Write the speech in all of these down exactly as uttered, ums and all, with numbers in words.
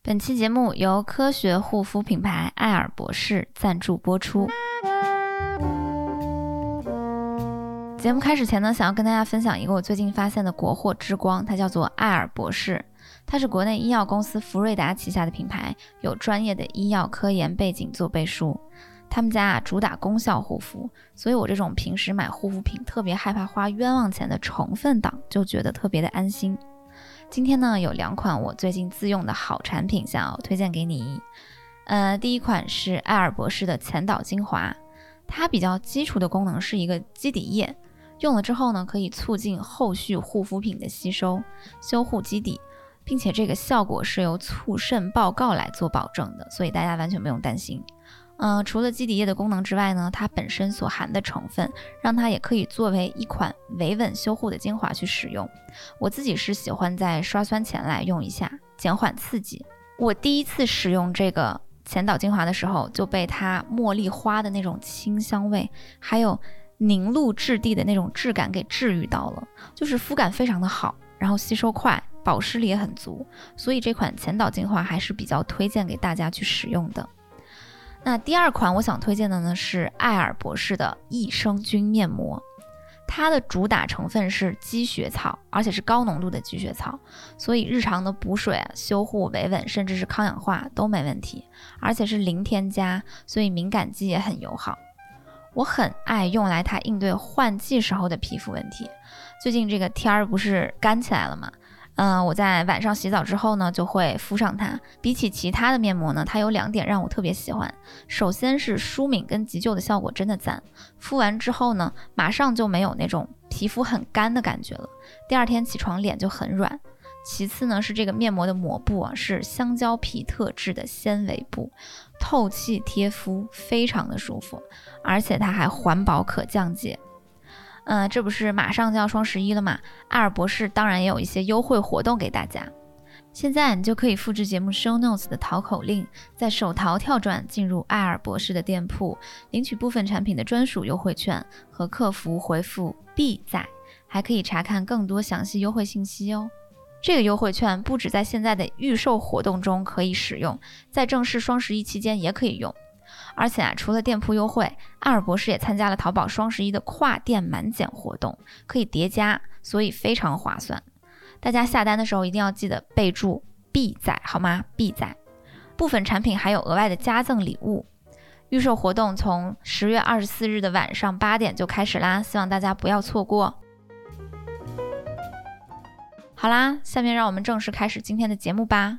本期节目由科学护肤品牌艾尔博士赞助播出。节目开始前呢，想要跟大家分享一个我最近发现的国货之光，它叫做艾尔博士。它是国内医药公司福瑞达旗下的品牌，有专业的医药科研背景做背书。他们家啊主打功效护肤，所以我这种平时买护肤品特别害怕花冤枉钱的成分党就觉得特别的安心。今天呢，有两款我最近自用的好产品想要推荐给你。呃，第一款是艾尔博士的前导精华，它比较基础的功能是一个基底液，用了之后呢，可以促进后续护肤品的吸收，修护基底，并且这个效果是由促渗报告来做保证的，所以大家完全不用担心。嗯、呃，除了基底液的功能之外呢，它本身所含的成分让它也可以作为一款维稳修护的精华去使用。我自己是喜欢在刷酸前来用一下，减缓刺激。我第一次使用这个前导精华的时候，就被它茉莉花的那种清香味，还有凝露质地的那种质感给治愈到了，就是肤感非常的好，然后吸收快，保湿力也很足，所以这款前导精华还是比较推荐给大家去使用的。那第二款我想推荐的呢是艾尔博士的益生菌面膜，它的主打成分是积雪草，而且是高浓度的积雪草，所以日常的补水啊、修护、维稳，甚至是抗氧化都没问题，而且是零添加，所以敏感肌也很友好。我很爱用来它应对换季时候的皮肤问题。最近这个天儿不是干起来了吗？嗯、呃，我在晚上洗澡之后呢，就会敷上它。比起其他的面膜呢，它有两点让我特别喜欢。首先是舒敏跟急救的效果真的赞，敷完之后呢，马上就没有那种皮肤很干的感觉了，第二天起床脸就很软。其次呢，是这个面膜的膜布啊，是香蕉皮特制的纤维布，透气贴肤，非常的舒服，而且它还环保可降解。呃，这不是马上就要双十一了嘛？艾尔博士当然也有一些优惠活动给大家。现在你就可以复制节目 show notes 的淘口令，在手淘跳转进入艾尔博士的店铺，领取部分产品的专属优惠券，和客服回复 B 仔，还可以查看更多详细优惠信息哦。这个优惠券不只在现在的预售活动中可以使用，在正式双十一期间也可以用。而且啊，除了店铺优惠，艾尔博士也参加了淘宝双十一的跨店满减活动，可以叠加，所以非常划算。大家下单的时候一定要记得备注 B 仔好吗？ B 仔。部分产品还有额外的加赠礼物。预售活动从十月二十四日的晚上八点就开始啦，希望大家不要错过。好啦，下面让我们正式开始今天的节目吧。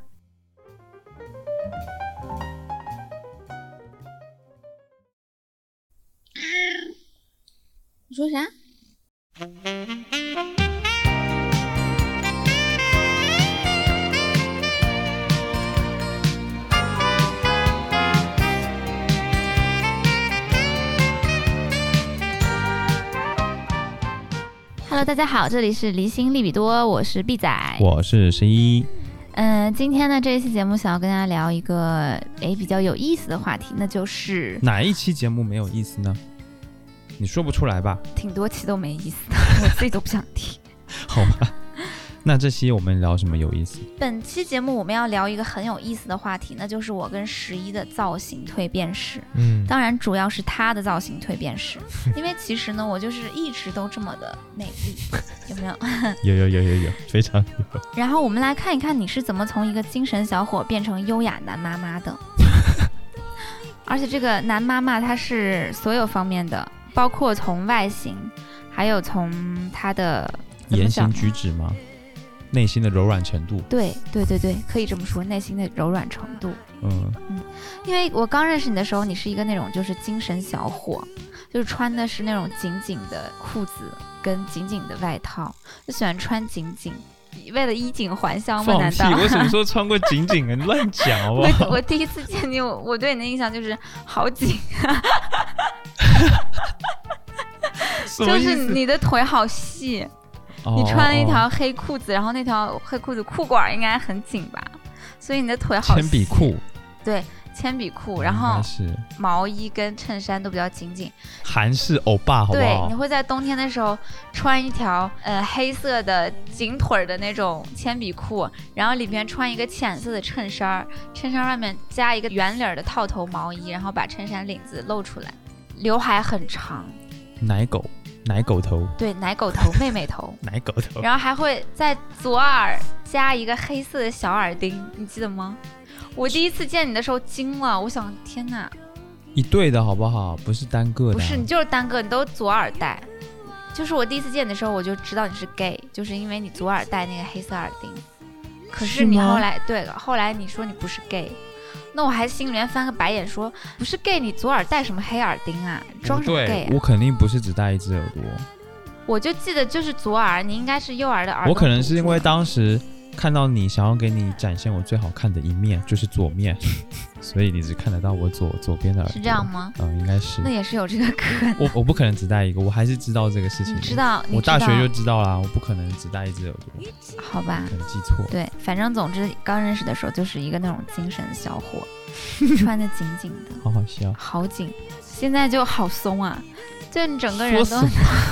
你说啥？Hello， 大家好，这里是离心利比多，我是 B 仔， 我是十一。 嗯、呃，今天呢这一期节目想要跟大家聊一个诶比较有意思的话题，那就是哪一期节目没有意思呢？你说不出来吧？ 挺多期都没意思的，我自己都不想听。 好吧，那这期我们聊什么有意思？ 本期节目我们要聊一个很有意思的话题，那就是我跟十一的造型蜕变史。嗯，当然主要是他的造型蜕变史，因为其实呢，我就是一直都这么的美丽，有没有？ 有有有有有，非常有。 然后我们来看一看你是怎么从一个精神小伙变成优雅男妈妈的。而且这个男妈妈他是所有方面的，包括从外形，还有从他的言行举止吗？内心的柔软程度。 对对对对，可以这么说，内心的柔软程度。嗯嗯，因为我刚认识你的时候，你是一个那种就是精神小伙，就是穿的是那种紧紧的裤子跟紧紧的外套，就喜欢穿紧紧，为了衣锦还乡吗？难道？ 我什么时候穿过紧紧的？你乱讲好不好？ 我我第一次见你，我我对你的印象就是好紧，就是你的腿好细。你穿了一条黑裤子，然后那条黑裤子裤管应该很紧吧，所以你的腿好细。 铅笔裤。 对， 铅笔裤，然后是毛衣跟衬衫都比较紧紧， 韩式欧巴，好不好？ 对，你会在冬天的时候穿一条呃黑色的紧腿的那种铅笔裤，然后里边穿一个浅色的衬衫，衬衫外面加一个圆领的套头毛衣，然后把衬衫领子露出来，刘海很长， 奶狗奶狗头， 对，奶狗头妹妹头奶狗头， 然后还会在左耳加一个黑色的小耳钉，你记得吗？我第一次见你的时候惊了，我想天哪， 一对的好不好？不是单个的、啊。 不是，你就是单个，你都左耳戴。就是我第一次见你的时候，我就知道你是 gay， 就是因为你左耳戴那个黑色耳钉。可是你后来，对了，后来你说你不是 gay， 那我还心里面翻个白眼说，不是 gay， 你左耳戴什么黑耳钉啊？装什么 gay 啊？ 对，我肯定不是只戴一只耳朵。 我就记得就是左耳，你应该是右耳的耳朵。 我可能是因为当时看到你想要给你展现我最好看的一面，就是左面，所以你只看得到我左左边的耳朵。 是这样吗？ 嗯，应该是。 那也是有这个可能。 我我不可能只戴一个，我还是知道这个事情。 你知道？ 我大学就知道啦，我不可能只戴一只耳朵。 好吧。 可能记错。 对，反正总之刚认识的时候就是一个那种精神小伙，穿得紧紧的， 好好笑， 好紧。现在就好松啊，就你整个人都。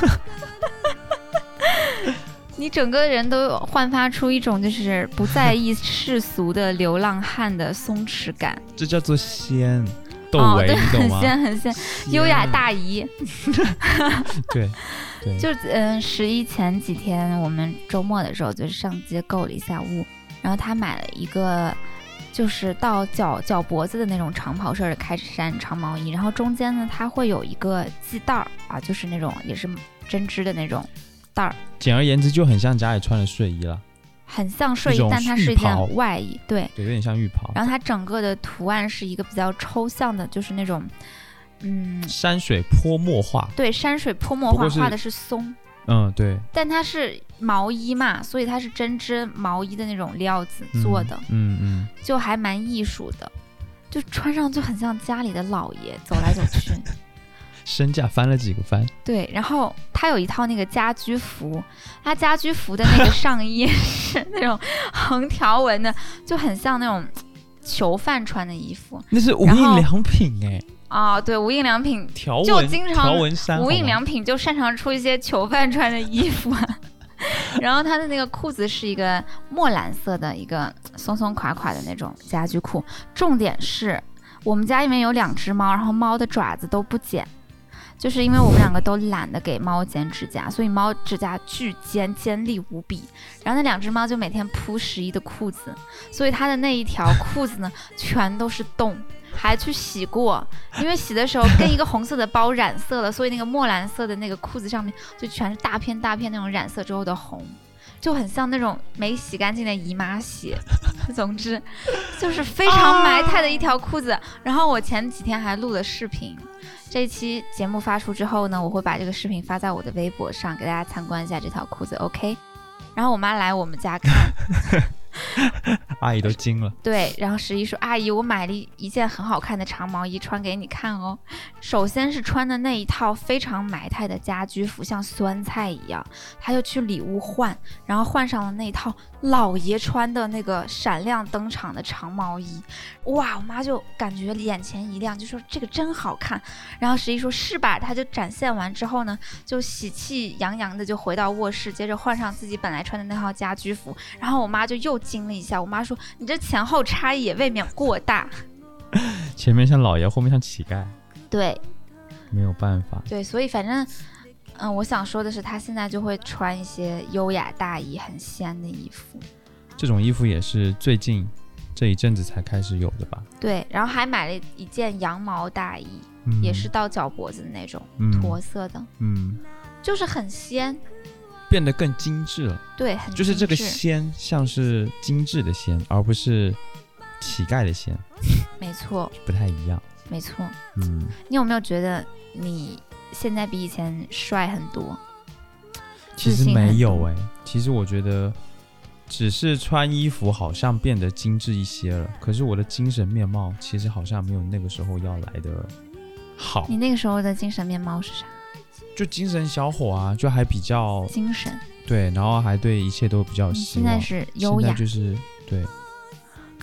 你整个人都焕发出一种就是不在意世俗的流浪汉的松弛感， 这叫做仙窦唯、 哦、 你懂吗？ 很仙很仙，优雅大姨。 对对， 就嗯，十一前几天我们周末的时候就上街购了一下物，然后他买了一个就是到脚脚脖子的那种长袍式的开衫长毛衣，然后中间呢它会有一个系带儿啊，就是那种也是针织的那种带儿， 简而言之就很像家里穿的睡衣啦， 很像睡衣，但它是一件外衣，对对，有点像浴袍。 然后它整个的图案是一个比较抽象的，就是那种嗯山水泼墨画， 对，山水泼墨画，画的是松， 嗯对， 但它是毛衣嘛，所以它是针织毛衣的那种料子做的， 嗯 嗯, 嗯， 就还蛮艺术的，就穿上就很像家里的老爷走来走去。 身价翻了几个番。 对，然后他有一套那个家居服，他家居服的那个上衣是那种横条纹的，就很像那种囚犯穿的衣服。 那是无印良品哎。 啊、哦，对，无印良品条纹就经常条纹衫， 无印良品就擅长出一些囚犯穿的衣服、啊。然后他的那个裤子是一个墨蓝色的一个松松垮垮的那种家居裤，重点是我们家里面有两只猫，然后猫的爪子都不剪。就是因为我们两个都懒得给猫剪指甲，所以猫指甲巨尖，尖利无比。然后那两只猫就每天铺十一的裤子，所以它的那一条裤子呢，全都是洞，还去洗过。因为洗的时候跟一个红色的包染色了，所以那个墨蓝色的那个裤子上面就全是大片大片那种染色之后的红，就很像那种没洗干净的姨妈血。总之，就是非常埋汰的一条裤子。啊、然后我前几天还录了视频。这一期节目发出之后呢，我会把这个视频发在我的微博上，给大家参观一下这条裤子 OK。 然后我妈来我们家看阿姨都惊了。 对，然后十一说，阿姨我买了一件很好看的长毛衣穿给你看哦。首先是穿的那一套非常埋汰的家居服，像酸菜一样，他就去里屋换，然后换上了那套老爷穿的那个闪亮登场的长毛衣。哇，我妈就感觉眼前一亮，就说这个真好看。然后十一说是吧，他就展现完之后呢，就喜气洋洋的就回到卧室，接着换上自己本来穿的那套家居服。然后我妈就又惊了一下，我妈说你这前后差异也未免过大， 前面像老爷，后面像乞丐。 对， 没有办法。 对，所以反正嗯，我想说的是他现在就会穿一些优雅大衣很仙的衣服， 这种衣服也是最近这一阵子才开始有的吧。 对，然后还买了一件羊毛大衣、嗯、也是到脚脖子的那种、嗯、驼色的， 嗯， 就是很仙， 变得更精致了。 对，很精致， 就是这个仙像是精致的仙，而不是乞丐的仙。 没错， 不太一样。 没错。 嗯， 你有没有觉得你现在比以前帅很多？ 其实没有哎、欸，其实我觉得只是穿衣服好像变得精致一些了，可是我的精神面貌其实好像没有那个时候要来的好。 你那个时候的精神面貌是啥？ 就精神小伙啊，就还比较精神， 对，然后还对一切都比较有希望。 现在是优雅， 现在就是对。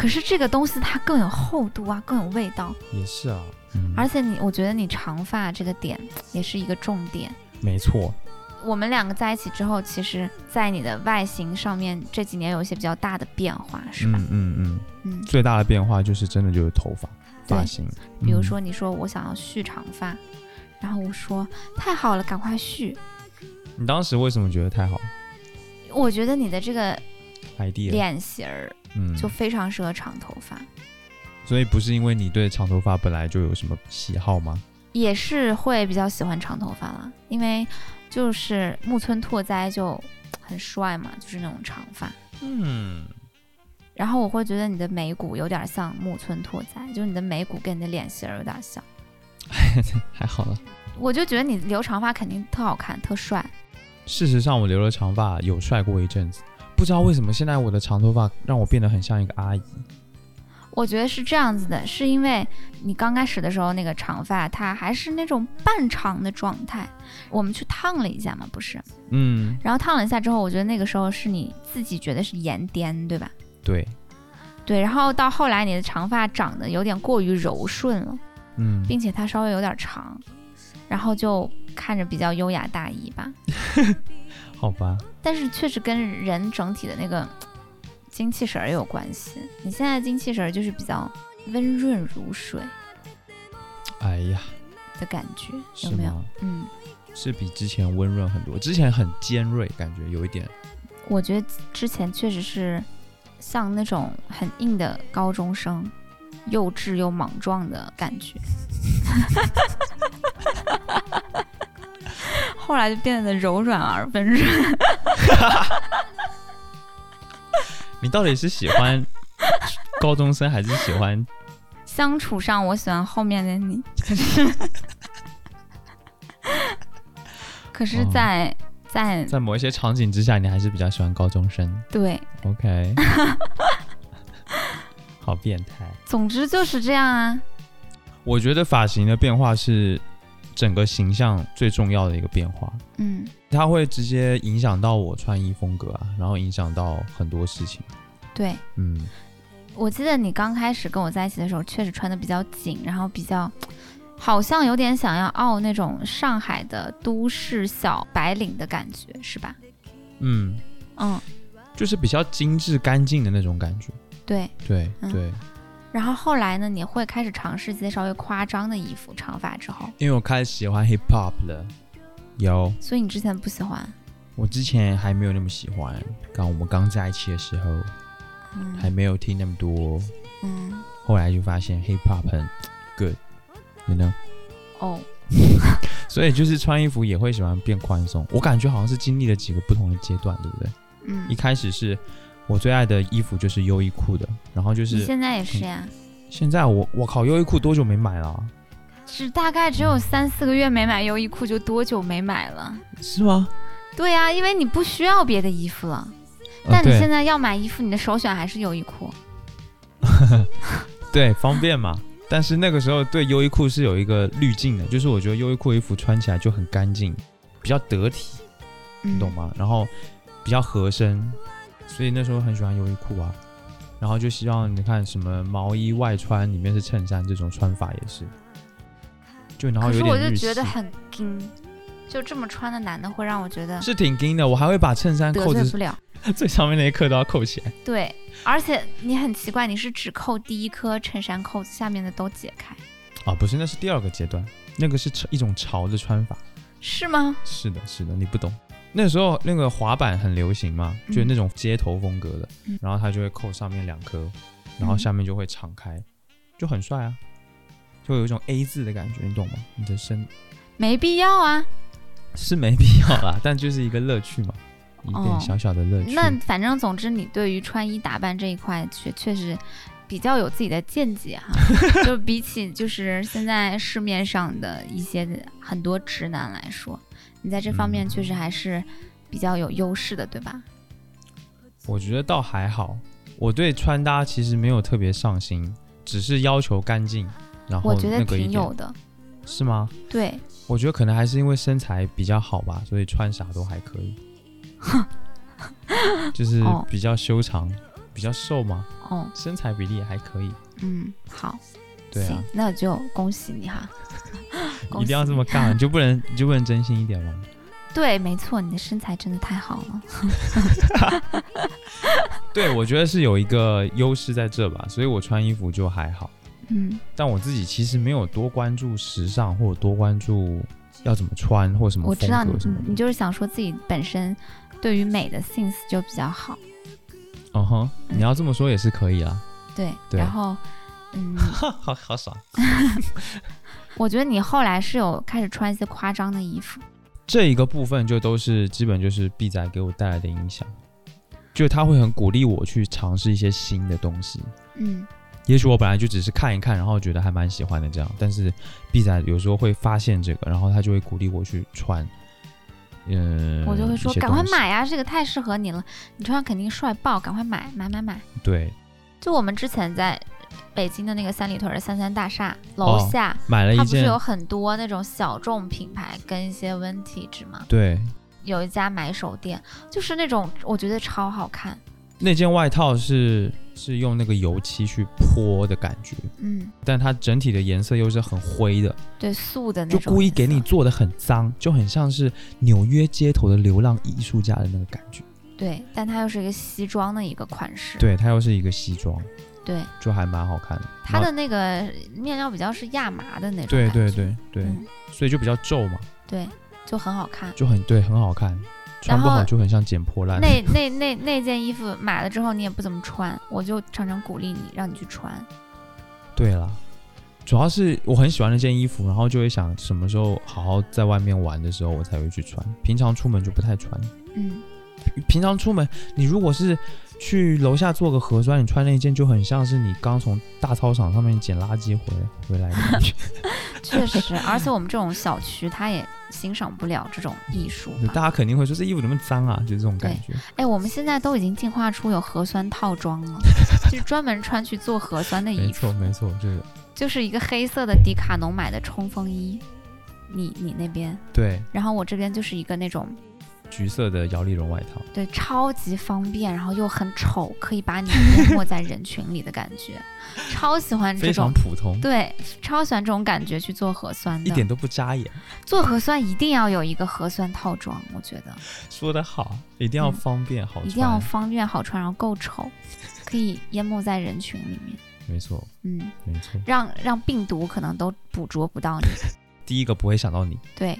可是这个东西它更有厚度啊，更有味道。 也是啊，嗯， 而且你，我觉得你长发这个点也是一个重点。 没错。 我们两个在一起之后，其实在你的外形上面这几年有一些比较大的变化，是吧？ 嗯嗯嗯嗯， 最大的变化就是真的就是头发发型。 比如说你说我想要续长发，嗯、然后我说太好了，赶快续。 你当时为什么觉得太好？ 我觉得你的这个 idea 脸型儿，嗯，就非常适合长头发。 所以不是因为你对长头发本来就有什么喜好吗？ 也是会比较喜欢长头发了，因为就是木村拓哉就很帅嘛，就是那种长发。 嗯， 然后我会觉得你的眉骨有点像木村拓哉，就是你的眉骨跟你的脸型有点像。 还好了。 我就觉得你留长发肯定特好看特帅。 事实上我留了长发有帅过一阵子，不知道为什么现在我的长头发让我变得很像一个阿姨。 我觉得是这样子的，是因为你刚开始的时候那个长发它还是那种半长的状态，我们去烫了一下嘛，不是？ 嗯， 然后烫了一下之后，我觉得那个时候是你自己觉得是颜颠，对吧？ 对对，然后到后来你的长发长得有点过于柔顺了， 嗯， 并且它稍微有点长，然后就看着比较优雅大仪吧。 好吧， 但是确实跟人整体的那个精气神也有关系，你现在的精气神就是比较温润如水， 哎呀的感觉，有没有？嗯， 是比之前温润很多，之前很尖锐，感觉有一点。 我觉得之前确实是像那种很硬的高中生，幼稚又莽撞的感觉。后来就变得柔软而温润。 你到底是喜欢高中生还是喜欢？ 相处上我喜欢后面的你，可是可是在、哦、在在某一些场景之下你还是比较喜欢高中生。 对 OK。 好变态。 总之就是这样啊。 我觉得发型的变化是整个形象最重要的一个变化。 嗯， 它会直接影响到我穿衣风格啊，然后影响到很多事情。 对， 嗯， 我记得你刚开始跟我在一起的时候确实穿的比较紧，然后比较好像有点想要傲那种上海的都市小白领的感觉，是吧？ 嗯嗯， 就是比较精致干净的那种感觉。 对对、嗯、对。 然后后来呢，你会开始尝试一些稍微夸张的衣服，长发之后。 因为我开始喜欢 hip hop 了。有。 所以你之前不喜欢？ 我之前还没有那么喜欢，刚我们刚在一起的时候、嗯、还没有听那么多。嗯。后来就发现 hip hop 很 good， you know？ 哦。 所以就是穿衣服也会喜欢变宽松。我感觉好像是经历了几个不同的阶段，对不对？ 嗯。 一开始是我最爱的衣服就是优衣库的，然后就是你现在也是呀、嗯、 现在我我靠，优衣库多久没买了、啊？ 只大概只有三四个月没买优衣库，就多久没买了？ 是吗？ 对呀、啊，因为你不需要别的衣服了、呃、但你现在要买衣服，你的首选还是优衣库。 对，方便嘛。但是那个时候对优衣库是有一个滤镜的，就是我觉得优衣库衣服穿起来就很干净，比较得体，你懂吗、嗯、然后比较合身，所以那时候很喜欢优衣库啊。然后就希望你看什么毛衣外穿里面是衬衫，这种穿法也是就然后有点日系。 可是我就觉得很硬，就这么穿的男的会让我觉得是挺硬的。我还会把衬衫扣得罪不了， 最上面那一颗都要扣起来。 对，而且你很奇怪，你是只扣第一颗衬衫扣子，下面的都解开啊？不是，那是第二个阶段，那个是一种潮的穿法。 是吗？ 是的是的，你不懂。那时候那个滑板很流行嘛，嗯、就是那种街头风格的、嗯、然后它就会扣上面两颗，然后下面就会敞开、嗯、就很帅啊，就有一种 A 字的感觉，你懂吗？你的身没必要啊， 是没必要啦，但就是一个乐趣嘛，一点小小的乐趣、哦、 那反正总之你对于穿衣打扮这一块确确实比较有自己的见解哈，就比起就是现在市面上的一些很多直男来说，你在这方面确实还是比较有优势的，对吧？ 我觉得倒还好，我对穿搭其实没有特别上心，只是要求干净，然后那个一点。 我觉得挺有的。 是吗？ 对， 我觉得可能还是因为身材比较好吧，所以穿啥都还可以。就是比较修长、哦、比较瘦嘛。 哦， 身材比例也还可以。 嗯，好， 对啊， 行，那就恭喜你哈。 一定要这么干，你就不能你就不能真心一点吗？ 对，没错，你的身材真的太好了。 对，我觉得是有一个优势在这吧，所以我穿衣服就还好。 嗯， 但我自己其实没有多关注时尚，或者多关注要怎么穿或什么风格什么的。 我知道 你, 你就是想说自己本身对于美的 sense 就比较好。 嗯哼，你要这么说也是可以啦。 对， 对， 然后嗯， 好好爽。 我觉得你后来是有开始穿一些夸张的衣服。 这一个部分就都是基本就是毕仔给我带来的影响，就他会很鼓励我去尝试一些新的东西。 嗯， 也许我本来就只是看一看，然后觉得还蛮喜欢的这样，但是毕仔有时候会发现这个，然后他就会鼓励我去穿。嗯， 我就会说赶快买呀，这个太适合你了，你穿上肯定帅爆，赶快买买买买。 对， 就我们之前在北京的那个三里屯的三三大厦楼下、 哦、买了一件， 它不是有很多那种小众品牌跟一些 vintage 吗？ 对， 有一家买手店，就是那种我觉得超好看。 那件外套是是用那个油漆去泼的感觉， 嗯， 但它整体的颜色又是很灰的， 对，素的那种， 就故意给你做的很脏，就很像是纽约街头的流浪艺术家的那个感觉。 对，但它又是一个西装的一个款式， 对，它又是一个西装， 对， 就还蛮好看的。 它的那个面料比较是亚麻的那种对感觉， 对对对、嗯，所以就比较皱嘛， 对，就很好看， 就很对，很好看。穿不好就很像捡破烂。 那那那那件衣服买了之后你也不怎么穿，我就常常鼓励你让你去穿。 对啦，主要是我很喜欢那件衣服，然后就会想什么时候好好在外面玩的时候我才会去穿，平常出门就不太穿。 嗯， 平常出门你如果是去楼下做个核酸，你穿那件就很像是你刚从大操场上面捡垃圾回来回来的感觉。 确实，而且我们这种小区他也欣赏不了这种艺术， 大家肯定会说这衣服怎么脏啊，就是这种感觉。 哎，我们现在都已经进化出有核酸套装了，就是专门穿去做核酸的衣服。 没错没错，就是就是一个黑色的迪卡侬买的冲锋衣，你你那边对， 然后我这边就是一个那种橘色的摇粒绒外套， 对，超级方便，然后又很丑，可以把你淹没在人群里的感觉，超喜欢这种， 非常普通， 对，超喜欢这种感觉去做核酸的， 一点都不扎眼。 做核酸一定要有一个核酸套装，我觉得说得好，一定要方便、嗯、好穿， 一定要方便好穿，然后够丑，可以淹没在人群里面。 没错， 嗯， 没错， 让让病毒可能都捕捉不到你， 第一个不会想到你， 对。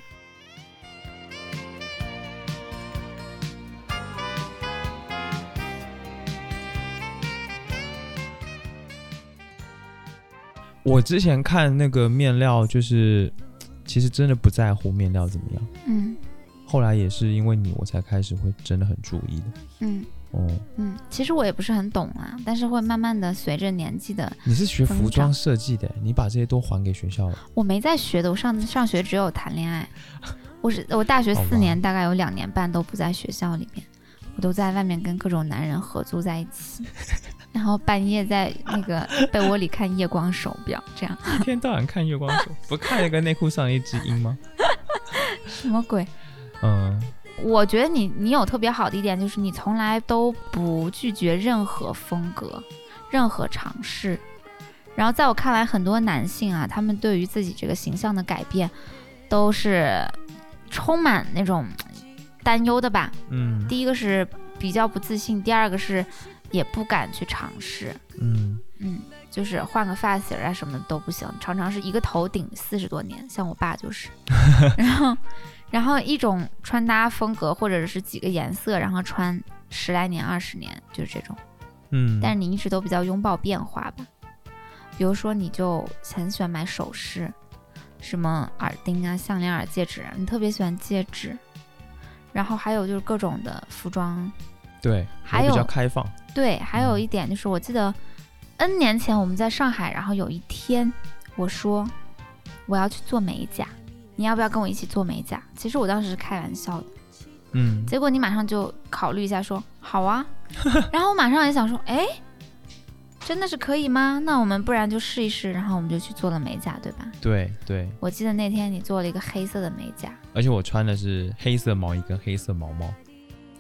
我之前看那个面料，就是其实真的不在乎面料怎么样。 嗯， 后来也是因为你，我才开始会真的很注意的。 嗯， 哦， 嗯，其实我也不是很懂啊，但是会慢慢的随着年纪的。 你是学服装设计的，你把这些都还给学校了？ 我没在学的，我上上学只有谈恋爱。我是我大学四年，大概有两年半都不在学校里面，我都在外面跟各种男人合租在一起。然后半夜在那个被窝里看夜光手表，这样一天到晚看夜光手，不看那个内裤上一只鹰吗？ 什么鬼？ 嗯， 我觉得你你有特别好的一点，就是你从来都不拒绝任何风格、任何尝试。然后在我看来，很多男性啊，他们对于自己这个形象的改变，都是充满那种担忧的吧？ 嗯， 第一个是比较不自信，第二个是也不敢去尝试， 嗯嗯，就是换个发型啊什么的都不行，常常是一个头顶四十多年，像我爸就是，然后，然后一种穿搭风格或者是几个颜色，然后穿十来年、二十年，就是这种， 嗯， 但是你一直都比较拥抱变化吧，比如说你就很喜欢买首饰，什么耳钉啊、项链、耳戒指啊，你特别喜欢戒指，然后还有就是各种的服装。 对， 还有比较开放。 对，还有一点就是，我记得 N 年前我们在上海，然后有一天我说我要去做美甲，你要不要跟我一起做美甲？其实我当时是开玩笑的， 嗯， 结果你马上就考虑一下说好啊，然后我马上也想说，哎，真的是可以吗？那我们不然就试一试，然后我们就去做了美甲，对吧？ 对对， 我记得那天你做了一个黑色的美甲， 而且我穿的是黑色毛衣跟黑色毛帽。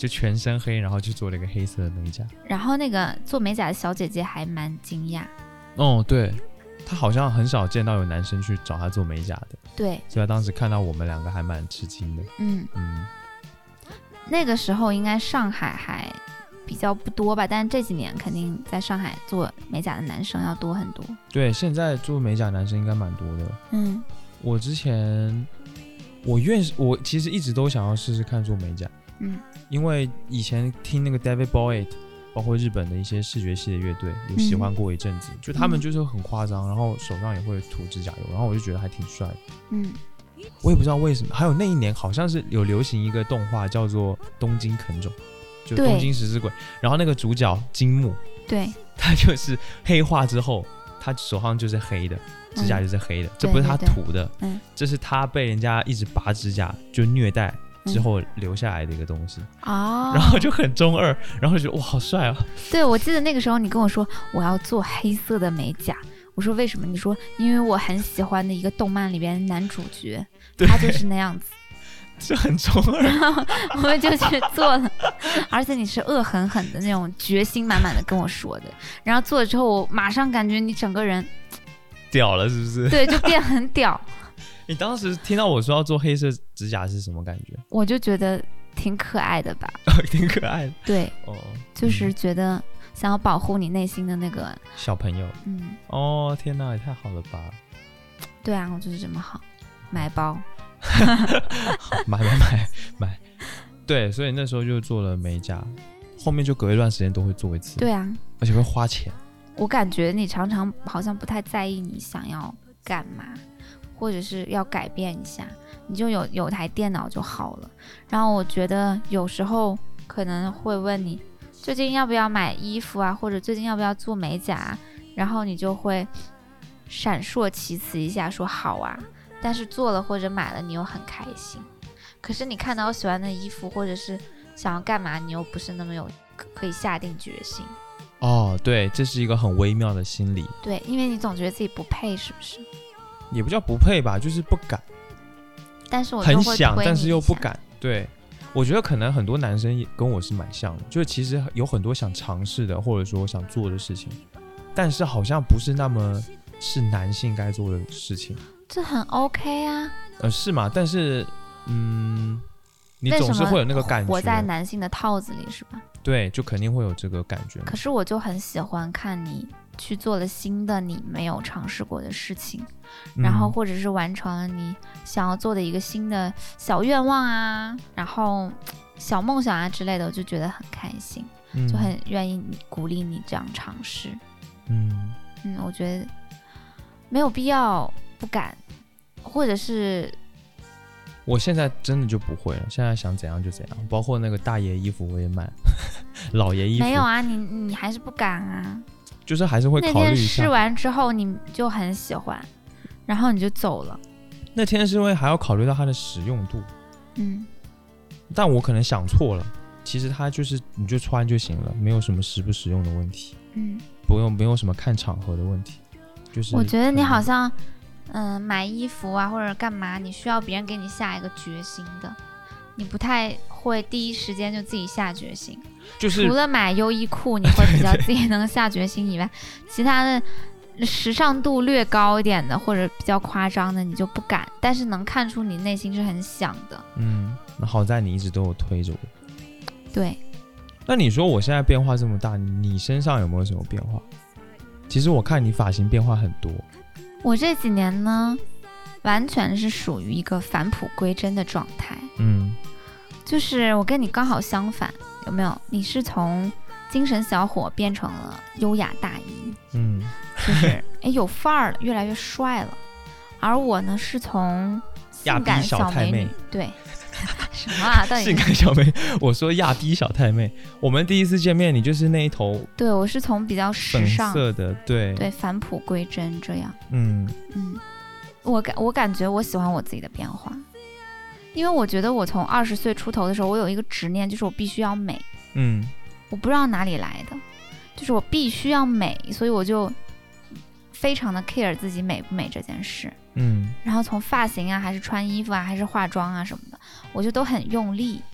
就全身黑，然后就做了一个黑色的美甲。 然后那个做美甲的小姐姐还蛮惊讶。 哦，对，她好像很少见到有男生去找她做美甲的。 对， 所以她当时看到我们两个还蛮吃惊的。 嗯嗯， 那个时候应该上海还比较不多吧，但是这几年肯定在上海做美甲的男生要多很多。 对，现在做美甲男生应该蛮多的。 嗯， 我之前我愿我其实一直都想要试试看做美甲。 嗯， 因为以前听那个 David Bowie， 包括日本的一些视觉系的乐队，有喜欢过一阵子，嗯、就他们就是很夸张，然后手上也会涂指甲油，然后我就觉得还挺帅的。 嗯， 我也不知道为什么。还有那一年好像是有流行一个动画叫做《东京喰种》，就东京食尸鬼，然后那个主角金木， 对， 他就是黑化之后，他手上就是黑的，指甲就是黑的，嗯、这不是他涂的， 嗯， 这是他被人家一直拔指甲就虐待之后留下来的一个东西。 哦， 然后就很中二，然后就觉得哇好帅啊。 对，我记得那个时候你跟我说我要做黑色的美甲，我说为什么？你说因为我很喜欢的一个动漫里边的男主角，他就是那样子， 就很中二。 然后我们就去做了，而且你是恶狠狠的那种决心满满的跟我说的，然后做了之后我马上感觉你整个人屌了是不是？ 对，就变很屌。 你当时听到我说要做黑色指甲是什么感觉？ 我就觉得挺可爱的吧。 挺可爱的。 对， 哦， 就是觉得想要保护你内心的那个小朋友。 嗯， 哦，天哪，也太好了吧。 对啊，我就是这么好，买包。 买买买买。对，所以那时候就做了美甲，后面就隔一段时间都会做一次。 对啊， 而且会花钱。 我感觉你常常好像不太在意你想要干嘛，或者是要改变一下，你就有有台电脑就好了。然后我觉得有时候可能会问你最近要不要买衣服啊，或者最近要不要做美甲啊，然后你就会闪烁其词一下说好啊，但是做了或者买了你又很开心。可是你看到喜欢的衣服或者是想要干嘛，你又不是那么有可以下定决心。 哦，对，这是一个很微妙的心理。 对，因为你总觉得自己不配，是不是？ 也不叫不配吧，就是不敢。 但是我就会很想，但是又不敢。对，我觉得可能很多男生也跟我是蛮像的，就是其实有很多想尝试的，或者说想做的事情，但是好像不是那么是男性该做的事情。 这很 OK 啊。 呃，是嘛？但是，嗯，你总是会有那个感觉， 活在男性的套子里是吧？ 对，就肯定会有这个感觉。 可是我就很喜欢看你去做了新的你没有尝试过的事情， 嗯、 然后或者是完成了你想要做的一个新的小愿望啊，然后小梦想啊之类的，我就觉得很开心， 嗯、 就很愿意鼓励你这样尝试。 嗯嗯，我觉得没有必要不敢，或者是我现在真的就不会了，现在想怎样就怎样，包括那个大爷衣服我也买，老爷衣服没有啊，你你还是不敢啊， 就是还是会考虑一下。 那天试完之后你就很喜欢，然后你就走了。 那天是因为还要考虑到它的实用度， 嗯， 但我可能想错了，其实它就是你就穿就行了，没有什么实不实用的问题， 嗯， 不用没有什么看场合的问题，就是我觉得你好像。嗯，买衣服啊或者干嘛，你需要别人给你下一个决心的，你不太会第一时间就自己下决心。 就是除了买优衣库你会比较自己能下决心以外，其他的时尚度略高一点的或者比较夸张的你就不敢，但是能看出你内心是很想的。 嗯，那好在你一直都有推着我。 对。 那你说我现在变化这么大，你身上有没有什么变化？其实我看你发型变化很多。 我这几年呢，完全是属于一个返璞归真的状态。 嗯， 就是我跟你刚好相反，有没有？你是从精神小伙变成了优雅大姨， 嗯， 就是哎有范儿了，越来越帅了。而我呢，是从性感小美女，对，什么啊？到底性感小美？我说亚逼小太妹。我们第一次见面，你就是那一头， 对我是从比较时尚粉色的，对对，返璞归真这样。 嗯嗯，我感我感觉我喜欢我自己的变化，因为我觉得我从二十岁出头的时候，我有一个执念，就是我必须要美。 嗯， 我不知道哪里来的，就是我必须要美，所以我就非常的 care 自己美不美这件事。 嗯， 然后从发型啊，还是穿衣服啊，还是化妆啊什么的，我就都很用力。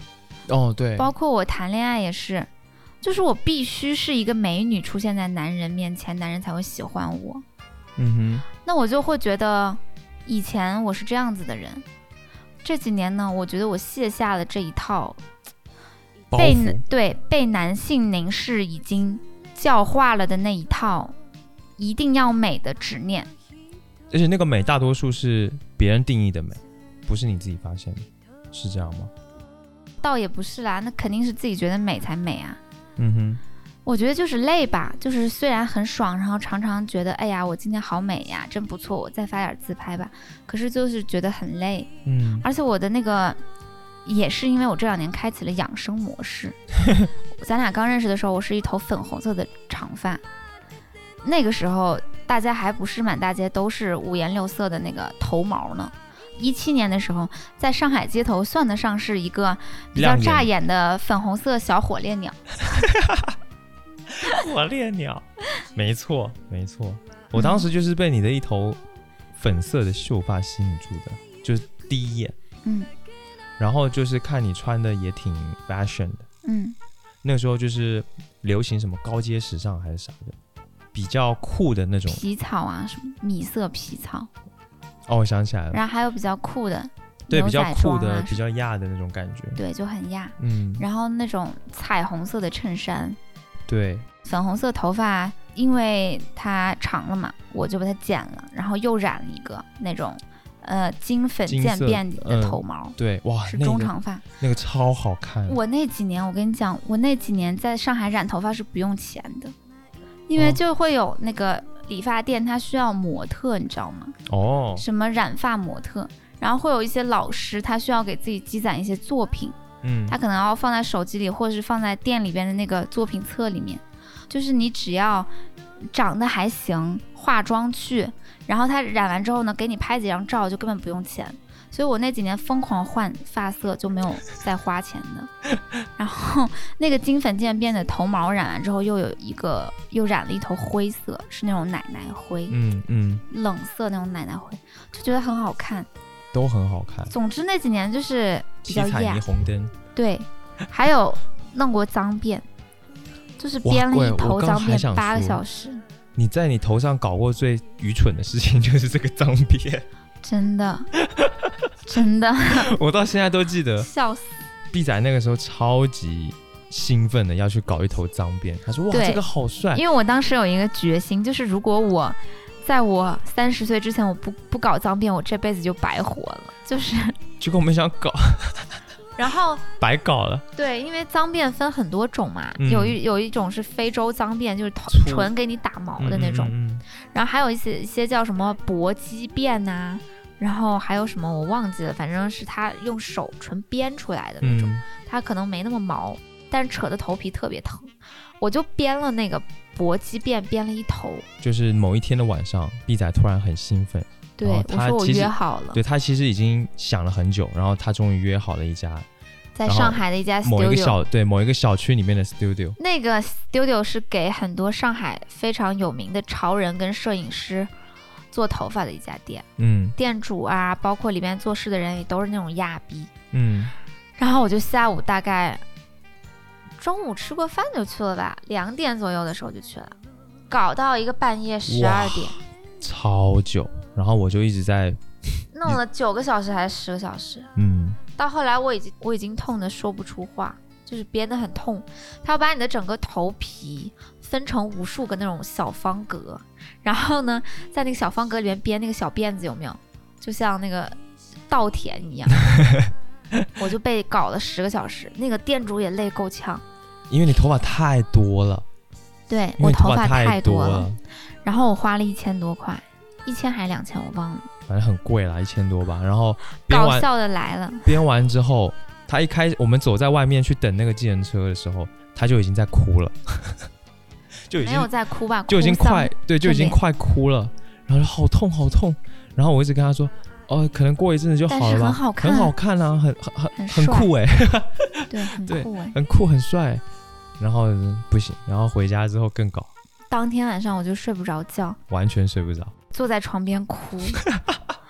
哦，对， 包括我谈恋爱也是，就是我必须是一个美女出现在男人面前，男人才会喜欢我。 嗯哼， 那我就会觉得以前我是这样子的人，这几年呢，我觉得我卸下了这一套被对被男性凝视已经教化了的那一套一定要美的执念。 而且那个美大多数是别人定义的美，不是你自己发现的，是这样吗？ 倒也不是啦，那肯定是自己觉得美才美啊。 嗯哼， 我觉得就是累吧，就是虽然很爽，然后常常觉得哎呀我今天好美呀，真不错，我再发点自拍吧，可是就是觉得很累。 嗯， 而且我的那个也是因为我这两年开启了养生模式咱俩刚认识的时候我是一头粉红色的长发，那个时候大家还不是满大街都是五颜六色的那个头毛呢。一七年的时候在上海街头算得上是一个比较扎眼的粉红色小火烈鸟火烈鸟，没错没错，我当时就是被你的一头粉色的秀发吸引住的，就是第一眼。 嗯， 然后就是看你穿的也挺 fashion 的。 嗯， 那个时候就是流行什么高阶时尚还是啥的，比较酷的那种皮草啊，什么米色皮草。 哦，我想起来了。 然后还有比较酷的， 对，比较酷啊、 的，比较亚的那种感觉。 对，就很亚。 嗯。 然后那种彩虹色的衬衫。 对。 粉红色头发，因为它长了嘛，我就把它剪了，然后又染了一个那种呃金粉渐变的头毛。 嗯、对，哇， 是中长发、那个，那个超好看。 我那几年，我跟你讲，我那几年在上海染头发是不用钱的，因为就会有那个理发店，它需要模特，你知道吗？ 哦。 什么染发模特，然后会有一些老师，他需要给自己积攒一些作品， 嗯， 他可能要放在手机里，或者是放在店里边的那个作品册里面。就是你只要长得还行，化妆去，然后他染完之后呢，给你拍几张照，就根本不用钱。所以我那几年疯狂换发色，就没有再花钱的。然后那个金粉渐变的头毛染完之后，又有一个又染了一头灰色，是那种奶奶灰， 嗯嗯， 冷色那种奶奶灰，就觉得很好看， 都很好看。 总之那几年就是比较七彩霓虹灯， 对，还有弄过脏辫。就是编了一头脏辫八个小时。 你在你头上搞过最愚蠢的事情就是这个脏辫， 真的真的， 我到现在都记得。 笑死！ 毕仔那个时候超级兴奋的要去搞一头脏辫，他说：“哇，这个好帅！” 因为我当时有一个决心，就是如果我在我三十岁之前我不不搞脏辫，我这辈子就白活了。就是， 结果我没想搞。 然后白搞了。 对，因为脏辫分很多种嘛， 嗯、 有一有一种是非洲脏辫，就是纯给你打毛的那种， 嗯嗯嗯、 然后还有一些一些叫什么搏击辫呐、啊，然后还有什么我忘记了，反正是他用手纯编出来的那种，他、嗯、可能没那么毛，但是扯的头皮特别疼。我就编了那个搏击辫，编了一头。 就是某一天的晚上，毕仔突然很兴奋。 对，我说我约好了。 对，他其实已经想了很久，然后他终于约好了一家在上海的一家 studio， 某一个小对某一个小区里面的 studio。 那个 studio 是给很多上海非常有名的潮人跟摄影师做头发的一家店。 嗯， 店主啊，包括里面做事的人也都是那种亚逼。 嗯， 然后我就下午大概中午吃过饭就去了吧，两点左右的时候就去了，搞到一个半夜十二点， 超久。然后我就一直在弄了九个小时还是十个小时， 嗯， 到后来我已经我已经痛得说不出话，就是编得很痛。他要把你的整个头皮分成无数个那种小方格，然后呢，在那个小方格里面编那个小辫子，有没有？就像那个稻田一样。我就被搞了十个小时，那个店主也累够呛， 因为你头发太多了。 对，我头发太多了， 多了然后我花了一千多块。一千还是两千，我忘了， 反正很贵啦，一千多吧。然后搞笑的来了， 编完之后，他一开始我们走在外面去等那个计程车的时候，他就已经在哭了，就已经没有在哭吧， 就已经快对，就已经快哭了。然后好痛好痛，然后我一直跟他说，哦，可能过一阵子就好了吧， 很好看， 很好看啊，很很很很酷哎、 欸，对，很酷哎、欸， 很酷很帅。然后不行，然后回家之后更搞。当天晚上我就睡不着觉， 完全睡不着。 坐在床边哭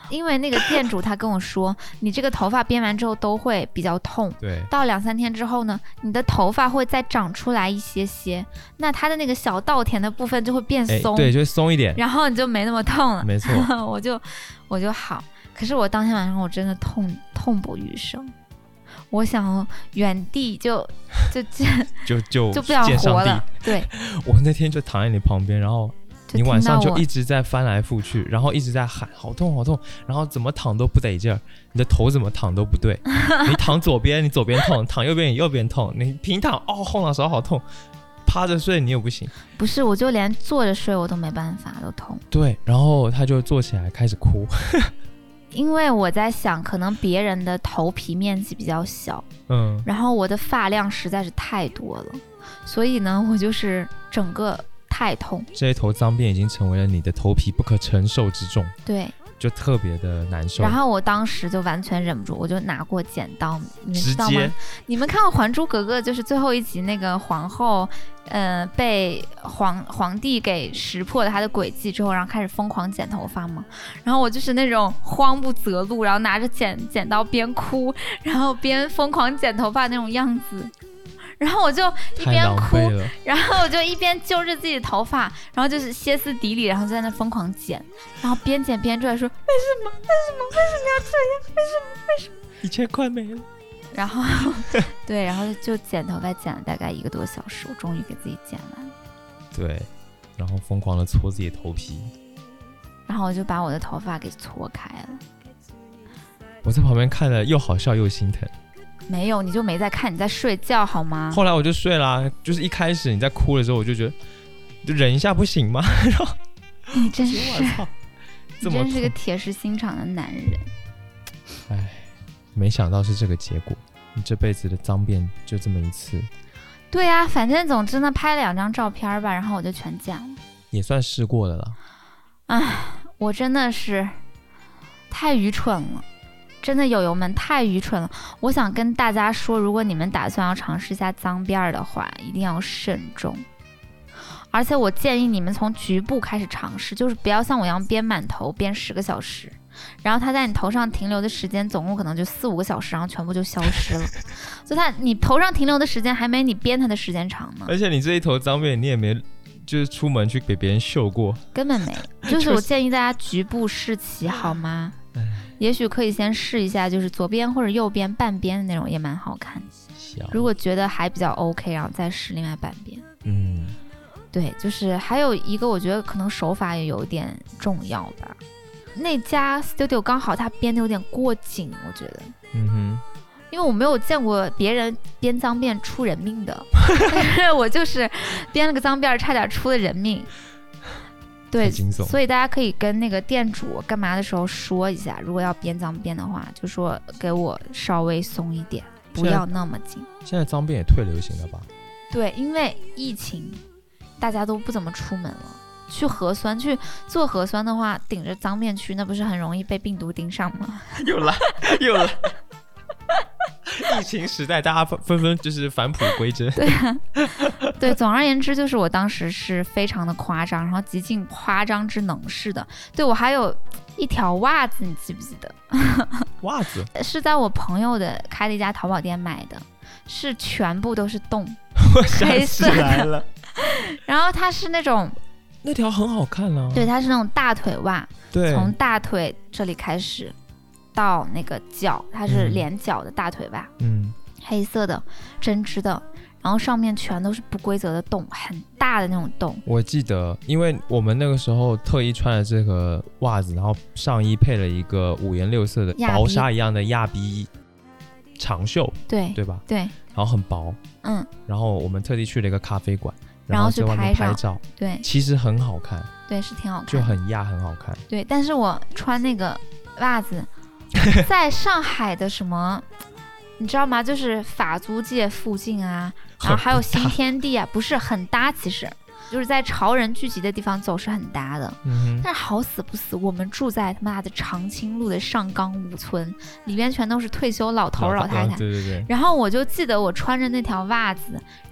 因为那个店主他跟我说，你这个头发编完之后都会比较痛， 对， 到两三天之后呢，你的头发会再长出来一些些，那它的那个小稻田的部分就会变松， 对，就会松一点， 然后你就没那么痛了。 没错， 我就我就好。可是我当天晚上我真的痛痛不欲生，我想原地就就就就就不想活了。对， 我那天就躺在你旁边，然后你晚上就一直在翻来覆去，然后一直在喊好痛好痛，然后怎么躺都不得劲儿，你的头怎么躺都不对，你躺左边你左边痛，躺右边你右边痛，你平躺哦后脑勺好痛，趴着睡你也不行。 不是，我就连坐着睡我都没办法，都痛。 对，然后他就坐起来开始哭。 因为我在想，可能别人的头皮面积比较小， 嗯， 然后我的发量实在是太多了，所以呢，我就是整个太痛。 这一头脏辫已经成为了你的头皮不可承受之重， 对， 就特别的难受。 然后我当时就完全忍不住，我就拿过剪刀，你们知道直接吗？你们看过《还珠格格》就是最后一集那个皇后，呃，被皇皇帝给识破了她的诡计之后，然后开始疯狂剪头发嘛。然后我就是那种慌不择路，然后拿着剪剪刀边哭，然后边疯狂剪头发那种样子。然后我就一边哭，然后我就一边揪着自己的头发，然后就是歇斯底里，然后就在那疯狂剪，然后边剪边出来说：“为什么？为什么？为什么要这样？为什么？为什么？ 一千块没了。” 然后，对，然后就剪头发，剪了大概一个多小时，我终于给自己剪完。 对，然后疯狂的搓自己的头皮， 然后我就把我的头发给搓开了。 我在旁边看了，又好笑又心疼。 没有，你就没在看，你在睡觉好吗？ 后来我就睡啦，就是一开始你在哭的时候，我就觉得就忍一下不行吗？然后你真是， 我操， 你真是个铁石心肠的男人。 哎，没想到是这个结果，你这辈子的脏辫就这么一次。 对啊，反正总之呢，拍了两张照片吧，然后我就全剪了， 也算试过的了。 哎，我真的是太愚蠢了。真的友友们太愚蠢了，我想跟大家说，如果你们打算要尝试一下脏辫的话，一定要慎重。而且我建议你们从局部开始尝试，就是不要像我一样编满头编十个小时，然后它在你头上停留的时间总共可能就四五个小时，然后全部就消失了。所以它你头上停留的时间还没你编它的时间长呢。 而且你这一头脏辫你也没就是出门去给别人秀过， 根本没。就是我建议大家局部试起好吗？也许可以先试一下，就是左边或者右边半边的那种也蛮好看的。如果觉得还比较 OK， 然后再试另外半边。 嗯， 对，就是还有一个，我觉得可能手法也有点重要吧。那家 studio 刚好它编的有点过紧，我觉得。 嗯哼。 因为我没有见过别人编脏辫出人命的，但是我就是编了个脏辫，差点出了人命。对，所以大家可以跟那个店主干嘛的时候说一下，如果要编脏辫的话，就说给我稍微松一点，不要那么紧。 现在脏辫也退流行了吧？ 对，因为疫情，大家都不怎么出门了。去核酸去做核酸的话，顶着脏辫去，那不是很容易被病毒盯上吗？ 又来又来。疫情时代，大家纷纷就是返璞归真。 对啊，对，总而言之，就是我当时是非常的夸张，然后极尽夸张之能事的。对，我还有一条袜子，你记不记得？ 袜子是在我朋友的开的一家淘宝店买的，是全部都是洞， 我想起来了。 然后它是那种， 那条很好看啊。 对，它是那种大腿袜， 对， 从大腿这里开始。到那个脚，它是连脚的大腿袜， 嗯， 黑色的针织的，然后上面全都是不规则的洞，很大的那种洞。 我记得，因为我们那个时候特意穿了这个袜子，然后上衣配了一个五颜六色的薄纱一样的亚比长袖， 对对吧？ 对， 然后很薄， 嗯， 然后我们特地去了一个咖啡馆， 然后去拍照， 照， 对， 其实很好看， 对，是挺好看， 就很亚，很好看， 对。但是我穿那个袜子。在上海的什么你知道吗，就是法租界附近啊，然后还有新天地啊，不是很搭，其实就是在潮人聚集的地方走是很搭的、 嗯、 但是好死不死我们住在他妈的长青路的上冈五村，里边全都是退休老头老太太， 对对对。 然后我就记得我穿着那条袜子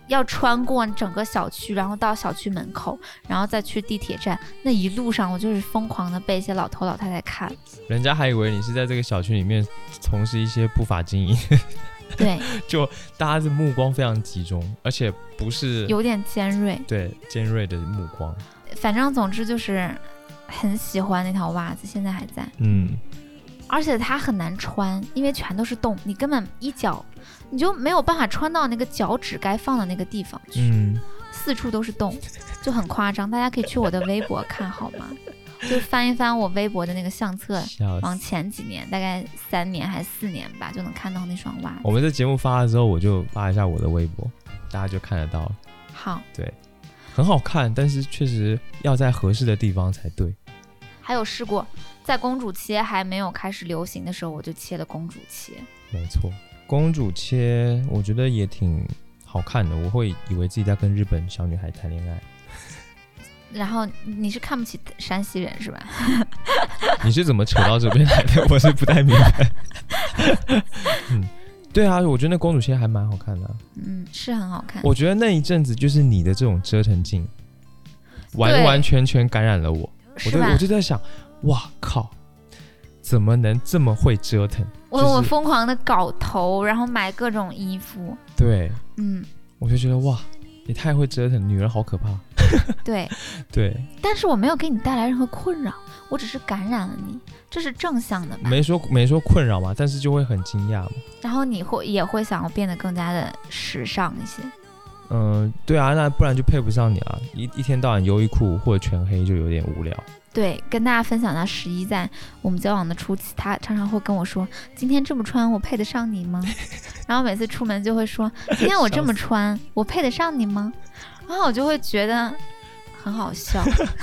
要穿过整个小区，然后到小区门口，然后再去地铁站，那一路上我就是疯狂的被一些老头老太太看， 人家还以为你是在这个小区里面从事一些不法经营。 对， 就大家的目光非常集中，而且不是有点尖锐， 对，尖锐的目光。 反正总之就是很喜欢那条袜子，现在还在。 嗯， 而且它很难穿，因为全都是洞，你根本一脚你就没有办法穿到那个脚趾该放的那个地方去， 嗯， 四处都是洞，就很夸张。大家可以去我的微博看好吗？就翻一翻我微博的那个相册，往前几年，大概三年还是四年吧，就能看到那双袜子。 我们这节目发了之后，我就发一下我的微博，大家就看得到了。 好， 对，很好看，但是确实要在合适的地方才对。 还有试过，在公主切还没有开始流行的时候，我就切了公主切。 没错，公主切我觉得也挺好看的，我会以为自己在跟日本小女孩谈恋爱。 然后你是看不起山西人是吧？ 你是怎么扯到这边来的？我是不太明白。嗯，对啊，我觉得那公主切还蛮好看的、啊。 嗯，是很好看。 我觉得那一阵子就是你的这种折腾劲，完完全全感染了我。我就我就在想，哇靠，怎么能这么会折腾？ 我、就是、我疯狂的搞头，然后买各种衣服。 对， 嗯， 我就觉得哇，也太会折腾，女人好可怕。 对对， 但是我没有给你带来任何困扰，我只是感染了你，这是正向的吧？ 没说没说困扰嘛，但是就会很惊讶嘛。 然后你会也会想要变得更加的时尚一些。 嗯、呃，对啊，那不然就配不上你啊！一一天到晚优衣库或者全黑就有点无聊。 对，跟大家分享一下，十一在我们交往的初期，他常常会跟我说：“今天这么穿，我配得上你吗？”然后每次出门就会说：“今天我这么穿，我配得上你吗？”然后我就会觉得很好笑。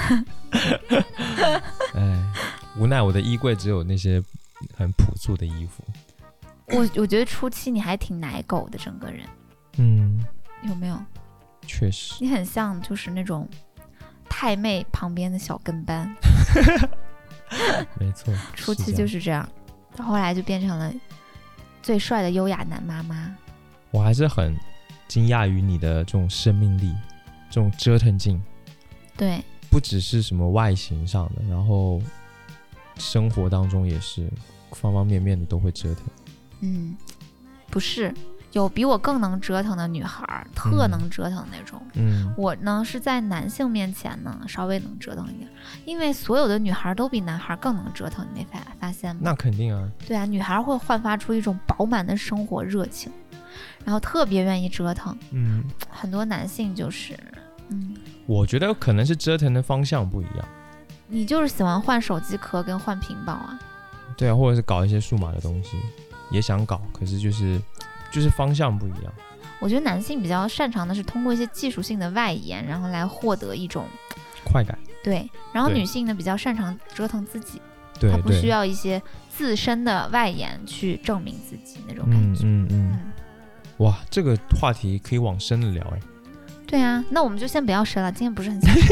哎，无奈我的衣柜只有那些很朴素的衣服。 我我觉得初期你还挺奶狗的，整个人。 嗯， 有没有？ 确实， 你很像就是那种太妹旁边的小跟班。 没错， 初期就是这样，到后来就变成了最帅的优雅男妈妈。 我还是很惊讶于你的这种生命力，这种折腾劲。 对， 不只是什么外形上的，然后生活当中也是方方面面的都会折腾。 嗯，不是。有比我更能折腾的女孩，特能折腾那种。 嗯， 我呢是在男性面前呢稍微能折腾一点，因为所有的女孩都比男孩更能折腾，你没发发现吗？ 那肯定啊。 对啊，女孩会焕发出一种饱满的生活热情，然后特别愿意折腾。 嗯， 很多男性就是，嗯， 我觉得可能是折腾的方向不一样。 你就是喜欢换手机壳跟换屏保啊？ 对啊，或者是搞一些数码的东西，也想搞，可是就是。就是方向不一样。 我觉得男性比较擅长的是通过一些技术性的外延，然后来获得一种快感。 对，然后女性呢比较擅长折腾自己， 对， 她不需要一些自身的外延去证明自己那种感觉。 嗯嗯 嗯, 嗯。哇，这个话题可以往深的聊哎。 对啊，那我们就先不要深了，今天不是很想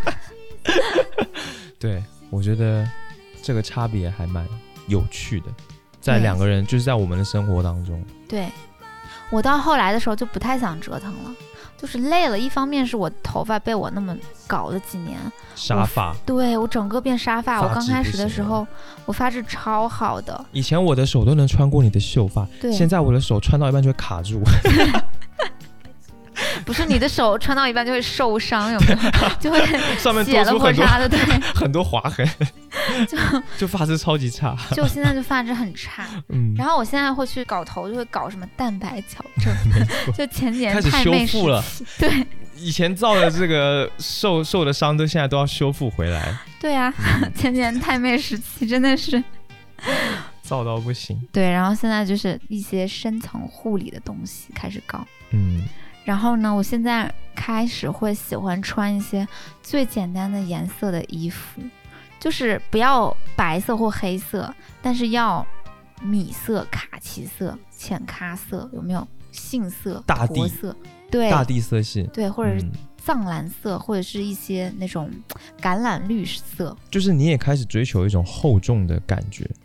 对，我觉得这个差别还蛮有趣的，在两个人就是在我们的生活当中。 对。我到后来的时候就不太想折腾了，就是累了。一方面是我头发被我那么搞了几年， 沙发， 我对我整个变沙发。我刚开始的时候，我发质超好的， 以前我的手都能穿过你的秀发，现在我的手穿到一半就会卡住。 不是你的手穿到一半就会受伤，有没有？就会上面多出很多的，对， 很多划痕， 就就发质超级差。 就现在就发质很差，嗯。然后我现在会去搞头，就会搞什么蛋白矫正，就前几年太妹时期，了，对， 以前造的这个受受的伤，都现在都要修复回来。 对啊，嗯、前几年太妹时期真的是造到不行。 对，然后现在就是一些深层护理的东西开始搞， 嗯。 然后呢，我现在开始会喜欢穿一些最简单的颜色的衣服，就是不要白色或黑色，但是要米色、卡其色、浅咖色，有没有？杏色、 大地色，对， 大地色系， 对，或者是藏蓝色，嗯、或者是一些那种橄榄绿色。 就是你也开始追求一种厚重的感觉。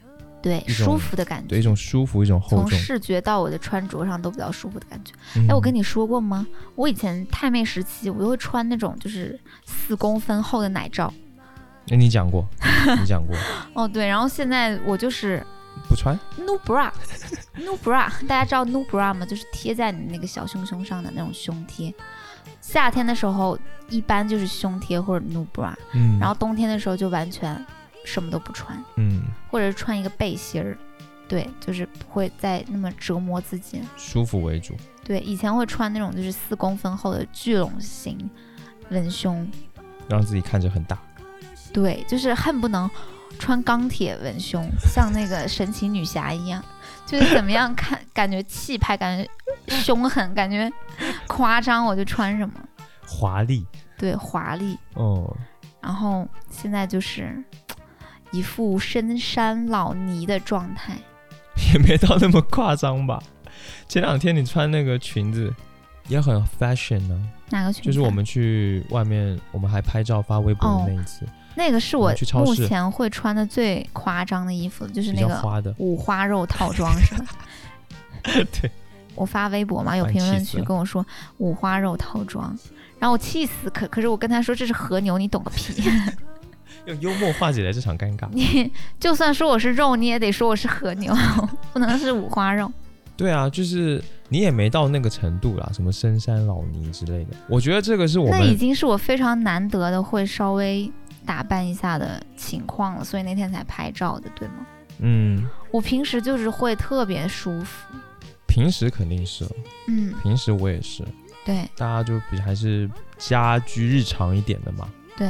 对，舒服的感觉， 对，一种舒服，一种厚重， 从视觉到我的穿着上都比较舒服的感觉。哎、嗯，我跟你说过吗？我以前太妹时期，我就会穿那种就是四公分厚的奶罩。 哎，你讲过，你讲过。 哦，对，然后现在我就是不穿 ，no bra，no bra， 大家知道 no bra 吗？就是贴在你那个小胸胸上的那种胸贴。夏天的时候一般就是胸贴或者 no bra， 嗯，然后冬天的时候就完全什么都不穿，嗯，或者是穿一个背心儿，对，就是不会再那么折磨自己， 舒服为主。 对，以前会穿那种就是四公分厚的聚拢型文胸， 让自己看着很大。 对，就是恨不能穿钢铁文胸，像那个神奇女侠一样，就是怎么样看感觉气派，感觉凶狠，感觉夸张，我就穿什么。 华丽。 对，华丽。 哦。 然后现在就是一副深山老泥的状态， 也没到那么夸张吧。前两天你穿那个裙子也很 fashion 呢、啊。 哪个裙子、啊？ 就是我们去外面，我们还拍照发微博的那一次。哦， 那个是我目前会穿的最夸张的衣服，就是那个五花肉套装，是吧？ 对。 我发微博嘛，有评论区跟我说五花肉套装，然后我气死，可可是我跟他说这是和牛，你懂个屁！ 用幽默化解了这场尴尬。 你就算说我是肉，你也得说我是和牛，不能是五花肉。 对啊，就是你也没到那个程度啦，什么深山老泥之类的。我觉得这个是我们那已经是我非常难得的会稍微打扮一下的情况了，所以那天才拍照的，对吗？ 嗯， 我平时就是会特别舒服。 平时肯定是，嗯，平时我也是， 对， 大家就比还是家居日常一点的嘛。 对。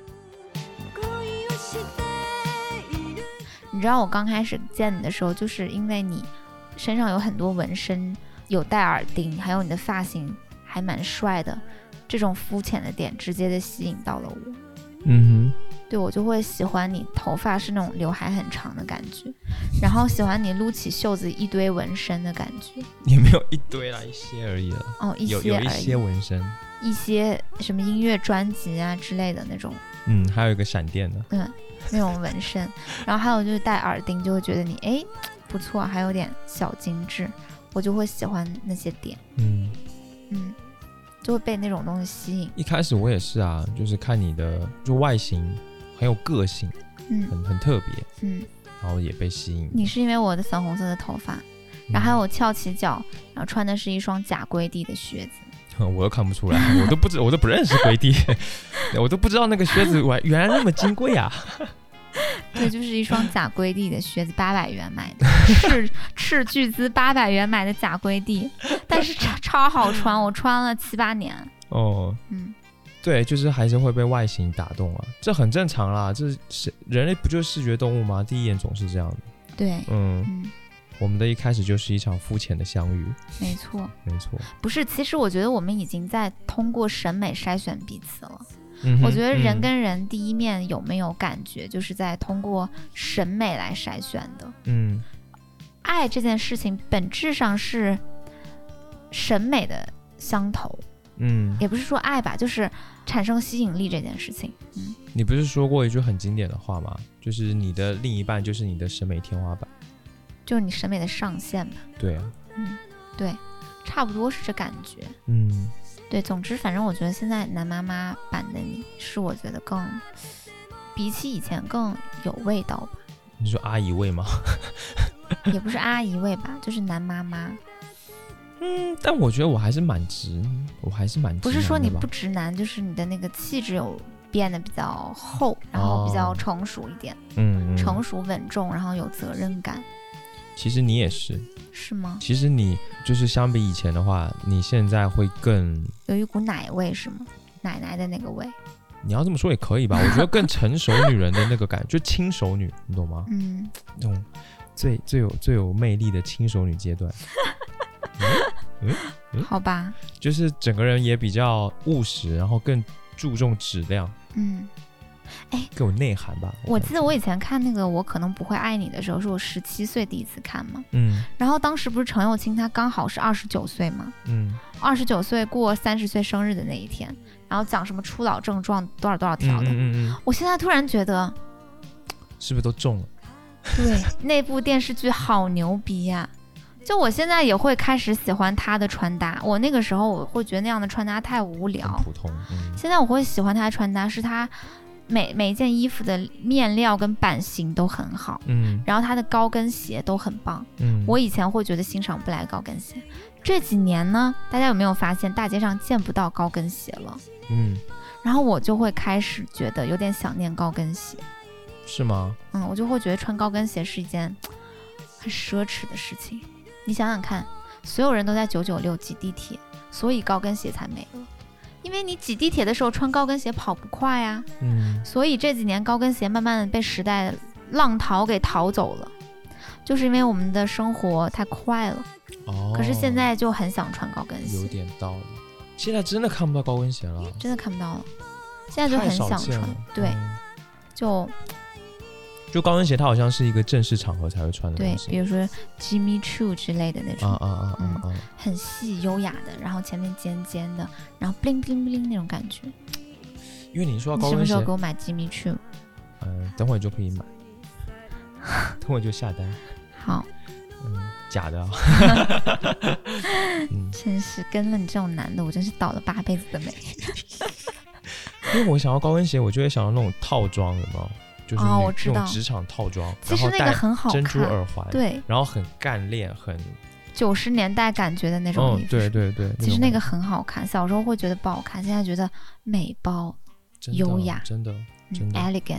你知道我刚开始见你的时候，就是因为你身上有很多纹身，有戴耳钉，还有你的发型还蛮帅的，这种肤浅的点直接的吸引到了我。 嗯哼。 对，我就会喜欢你头发是那种刘海很长的感觉，然后喜欢你撸起袖子一堆纹身的感觉。 也没有一堆啦，一些而已了。 哦，一些而已。 有有一些纹身， 一些什么音乐专辑啊之类的那种。 嗯，还有一个闪电的。 嗯，那种纹身，然后还有就是戴耳钉，就会觉得你哎不错，还有点小精致，我就会喜欢那些点。嗯嗯。就会被那种东西吸引。 一开始我也是啊，就是看你的就外形很有个性，嗯，很很特别，嗯，然后也被吸引。 你是因为我的粉红色的头发，然后还有我翘起脚，然后穿的是一双假龟地的靴子。 我又看不出来，我都不知我都不认识龟地，我都不知道那个靴子原来那么金贵啊。 对，就是一双假龟地的靴子，八百元买的，斥斥巨资八百元买的假龟地，但是超超好穿，我穿了七八年。 哦，嗯，对，就是还是会被外形打动啊，这很正常啦，这是人类不就是视觉动物吗？第一眼总是这样的。 对， 嗯嗯，我们的一开始就是一场肤浅的相遇。 没错， 没错。 不是，其实我觉得我们已经在通过审美筛选彼此了。嗯、我觉得人跟人第一面有没有感觉，嗯、就是在通过审美来筛选的。嗯，爱这件事情本质上是审美的相投。嗯，也不是说爱吧，就是产生吸引力这件事情。嗯， 你不是说过一句很经典的话吗？就是你的另一半就是你的审美天花板， 就是你审美的上限吧。 对啊。 嗯，对，差不多是这感觉。 嗯。 对，总之反正我觉得现在男妈妈版的你是我觉得更比起以前更有味道吧。 你说阿姨味吗？ 也不是阿姨味吧，就是男妈妈。 嗯，但我觉得我还是蛮直，我还是蛮直男的吧。 不是说你不直男，就是你的那个气质有变得比较厚，然后比较成熟一点。嗯、哦，成熟稳重，然后有责任感。 其实你也是。 是吗？ 其实你就是相比以前的话，你现在会更有一股奶味，是吗？奶奶的那个味。 你要这么说也可以吧，我觉得更成熟女人的那个感觉，就轻熟女，你懂吗？嗯，那种最最有最有魅力的轻熟女阶段。嗯嗯嗯、好吧， 就是整个人也比较务实，然后更注重质量。嗯。 哎， 更有内涵吧。 我记得我以前看那个《我可能不会爱你》的时候，是我十七岁第一次看嘛。嗯。然后当时不是程又青她刚好是二十九岁嘛。嗯。二十九岁过三十岁生日的那一天，然后讲什么初老症状多少多少条的。嗯嗯嗯。我现在突然觉得， 是不是都中了？ 对，那部电视剧好牛逼呀、啊！就我现在也会开始喜欢他的穿搭，我那个时候我会觉得那样的穿搭太无聊， 很普通、嗯、 现在我会喜欢他的穿搭，是他每每一件衣服的面料跟版型都很好， 嗯， 然后他的高跟鞋都很棒， 嗯， 我以前会觉得欣赏不来高跟鞋，这几年呢，大家有没有发现大街上见不到高跟鞋了？ 嗯， 然后我就会开始觉得有点想念高跟鞋。 是吗？ 嗯，我就会觉得穿高跟鞋是一件很奢侈的事情。你想想看，所有人都在九九六挤地铁，所以高跟鞋才没了。因为你挤地铁的时候穿高跟鞋跑不快啊， 嗯， 所以这几年高跟鞋慢慢的被时代浪淘给淘走了，就是因为我们的生活太快了。 哦， 可是现在就很想穿高跟鞋， 有点道理。现在真的看不到高跟鞋了， 真的看不到了。现在就很想穿，对， 嗯、 就就高跟鞋，它好像是一个正式场合才会穿的东西， 对，比如说 Jimmy Choo 之类的那种， 啊啊啊啊啊， 很细优雅的，然后前面尖尖的，然后 bling bling bling 那种感觉。 因为你说到高跟鞋， 你什么时候给我买 Jimmy Choo？ 嗯，等会就可以买，等会就下单。 好， 嗯，假的、啊。 嗯、真是跟了你这种男的，我真是倒了八辈子的霉。 因为我想要高跟鞋，我就会想到那种套装，有没有？就是哦，我知道那种职场套装， 其实那个很好看， 珍珠耳环， 对， 然后很干练，很九十年代感觉的那种衣服， 嗯、对对对。 其实那个很好看，小时候会觉得不好看，现在觉得美包、优雅， 真的真的、 嗯、elegant。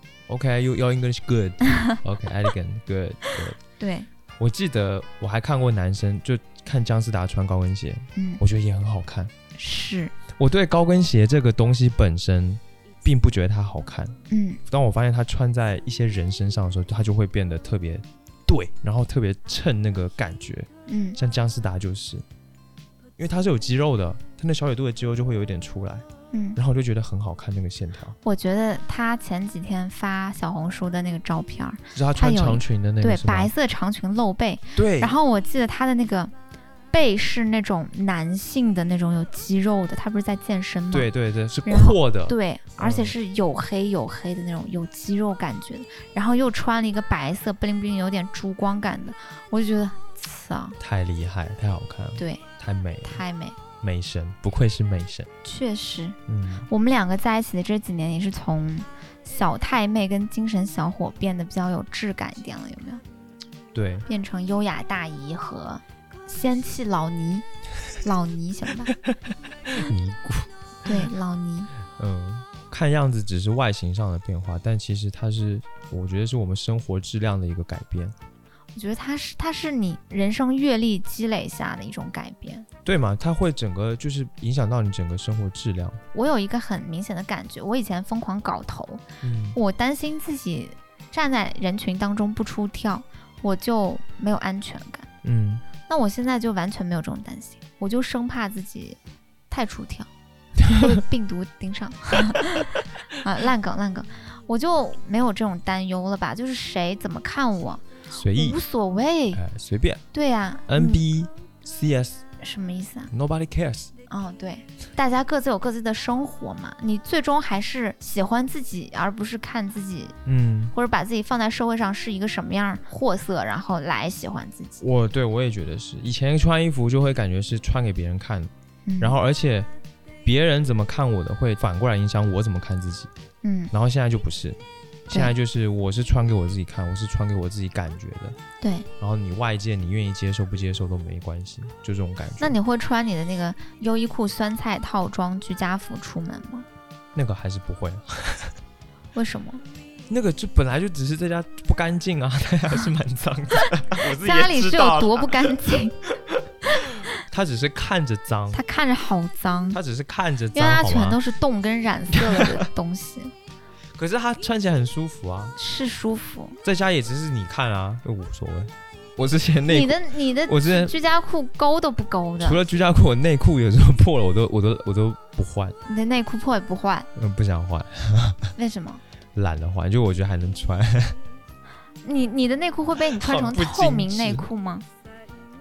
OK， you your English good 。OK， elegant good good。 对， 我记得我还看过男生就看姜思达穿高跟鞋， 嗯， 我觉得也很好看。 是， 我对高跟鞋这个东西本身并不觉得它好看， 嗯， 当我发现它穿在一些人身上的时候，它就会变得特别对，然后特别衬那个感觉， 嗯， 像姜思达就是，因为它是有肌肉的，它那小腿肚的肌肉就会有一点出来， 嗯， 然后我就觉得很好看那个线条。 我觉得他前几天发小红书的那个照片， 就是他穿长裙的那个， 对，白色长裙露背， 对， 然后我记得他的那个背是那种男性的那种有肌肉的，他不是在健身吗？ 对对对，是阔的， 对，而且是黝黑黝黑的那种有肌肉感觉的，然后又穿了一个白色 bling bling 有点珠光感的，我就觉得操， 太厉害，太好看了， 对， 太美了， 太美， 美神，不愧是美神， 确实， 嗯， 我们两个在一起的这几年也是从小太妹跟精神小伙变得比较有质感一点了，有没有？ 对， 变成优雅大姨和仙气老尼，老尼行吧？ 尼姑， 对，老尼。 嗯，看样子只是外形上的变化，但其实它是，我觉得是我们生活质量的一个改变。 我觉得它是，它是你人生阅历积累下的一种改变。 对嘛？它会整个就是影响到你整个生活质量。 我有一个很明显的感觉，我以前疯狂搞头，嗯，我担心自己站在人群当中不出跳，我就没有安全感。 嗯。 那我现在就完全没有这种担心，我就生怕自己太出挑被病毒盯上啊，烂梗烂梗，我就没有这种担忧了吧？就是谁怎么看我， 随意无所谓， 哎，随便。 对呀、啊、 ，N B C S、 嗯、什么意思啊 ？Nobody cares。 哦，对，大家各自有各自的生活嘛，你最终还是喜欢自己，而不是看自己， 嗯， 或者把自己放在社会上是一个什么样货色，然后来喜欢自己。 我对我也觉得是，以前穿衣服就会感觉是穿给别人看， 嗯、 然后而且别人怎么看我的会反过来影响我怎么看自己， 嗯， 然后现在就不是。现在就是我是穿给我自己看，我是穿给我自己感觉的， 对。 然后你外界你愿意接受不接受都没关系，就这种感觉。 那你会穿你的那个优衣库酸菜套装居家服出门吗？ 那个还是不会。 为什么？ 那个就本来就只是在家不干净啊，它还是蛮脏的。我自己家里是有多不干净？ 它只是看着脏， 它看着好脏， 它只是看着脏， 因为它全都是冻跟染色了的东西。 可是它穿起来很舒服啊， 是舒服， 在家也只是你看啊，又无所谓。我之前内裤， 你的你的我之前居家裤勾都不勾的， 除了居家裤，我内裤有时候破了，我都我都我都不换。 你的内裤破也不换？ 嗯，不想换。 为什么？ 懒得换，就我觉得还能穿。 你你的内裤会被你穿成透明内裤吗？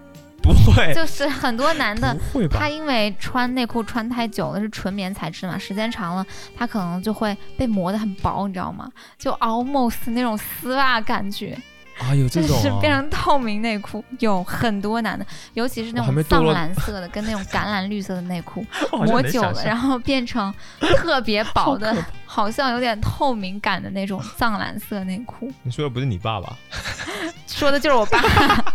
不会， 就是很多男的不会吧？ 他因为穿内裤穿太久了，是纯棉材质嘛，时间长了，他可能就会被磨得很薄，你知道吗？就 almost 那种丝袜感觉。 啊，有这种、啊， 就是变成透明内裤，有很多男的，尤其是那种藏蓝色的跟那种橄榄绿色的内裤，磨久了，然后变成特别薄的，好, 好像有点透明感的那种藏蓝色内裤。 你说的不是你爸爸？ 说的就是我爸。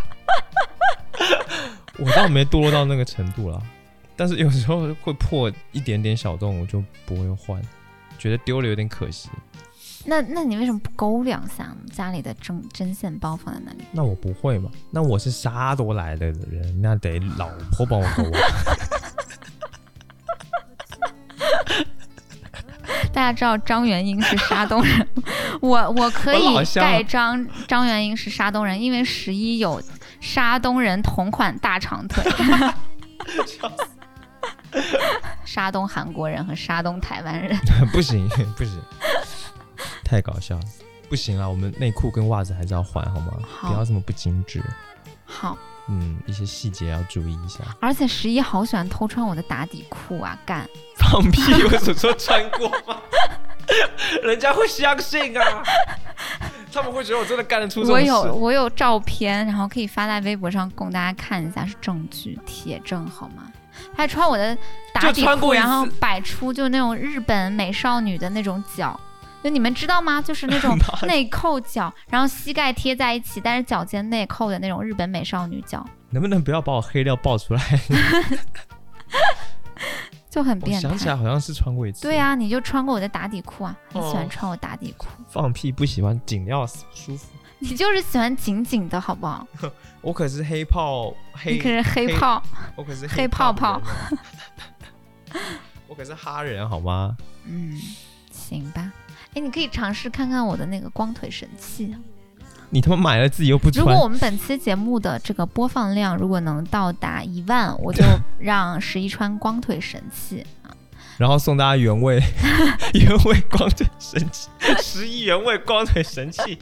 我倒没堕落到那个程度啦，但是有时候会破一点点小洞，我就不会换，觉得丢了有点可惜。 那那你为什么不勾两下呢？家里的针针线包放在那里？ 那我不会嘛？那我是杀多来的人，那得老婆帮我勾啊。 大家知道张元英是沙东人，我我可以盖章张元英是沙东人，因为十一有沙东人同款大长腿。沙东韩国人和沙东台湾人。 不行不行。太搞笑了，不行了，我们内裤跟袜子还是要换好吗？好，不要这么不精致。 好， 嗯，一些细节要注意一下。 而且十一好喜欢偷穿我的打底裤啊，干！ 放屁！我什说穿过吗？人家会相信啊，他们会觉得我真的干得出这种事。 我有我有照片，然后可以发在微博上供大家看一下，是证据，铁证好吗？他还穿我的打底裤，然后摆出就那种日本美少女的那种脚。就你们知道吗？就是那种内扣脚，然后膝盖贴在一起，但是脚尖内扣的那种日本美少女脚。 能不能不要把我黑料爆出来？ 就很变态。 我想起来好像是穿过一次。 对啊，你就穿过我的打底裤啊，你喜欢穿我打底裤。哦、 放屁，不喜欢，紧要舒服。 你就是喜欢紧紧的，好不好？ 我可是黑泡黑， 你可是黑泡， 我可是黑泡泡。 我可是哈人，好吗？ 嗯，行吧。哎，你可以尝试看看我的那个光腿神器啊！ 你他妈买了自己又不穿。 如果我们本期节目的这个播放量如果能到达一万，我就让十一穿光腿神器啊， 然后送大家原味原味光腿神器，十一原味光腿神器。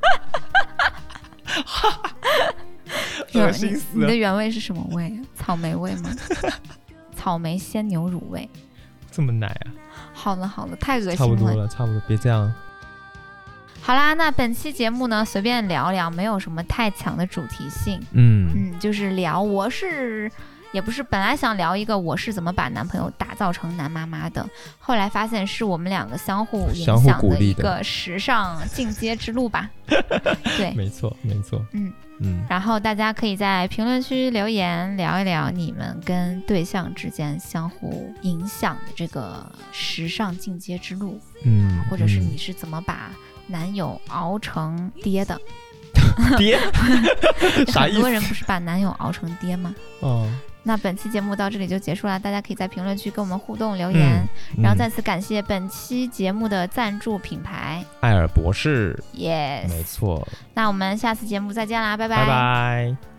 恶心死了！ 你的原味是什么味？草莓味吗？草莓鲜牛乳味。 这么奶啊！ 好了好了，太恶心了， 差不多了，差不多，别这样。 好啦，那本期节目呢，随便聊聊，没有什么太强的主题性。 嗯嗯，就是聊我是，也不是本来想聊一个我是怎么把男朋友打造成男妈妈的，后来发现是我们两个相互影响的一个时尚进阶之路吧。对， 没错没错。 嗯嗯， 然后大家可以在评论区留言聊一聊你们跟对象之间相互影响的这个时尚进阶之路。 嗯， 或者是你是怎么把男友熬成爹的？ 爹？啥意思？ 很多人不是把男友熬成爹吗？ 哦。 那本期节目到这里就结束了，大家可以在评论区跟我们互动留言、嗯嗯、然后再次感谢本期节目的赞助品牌艾尔博士。 Yes， 没错。 那我们下次节目再见啦，拜拜拜拜。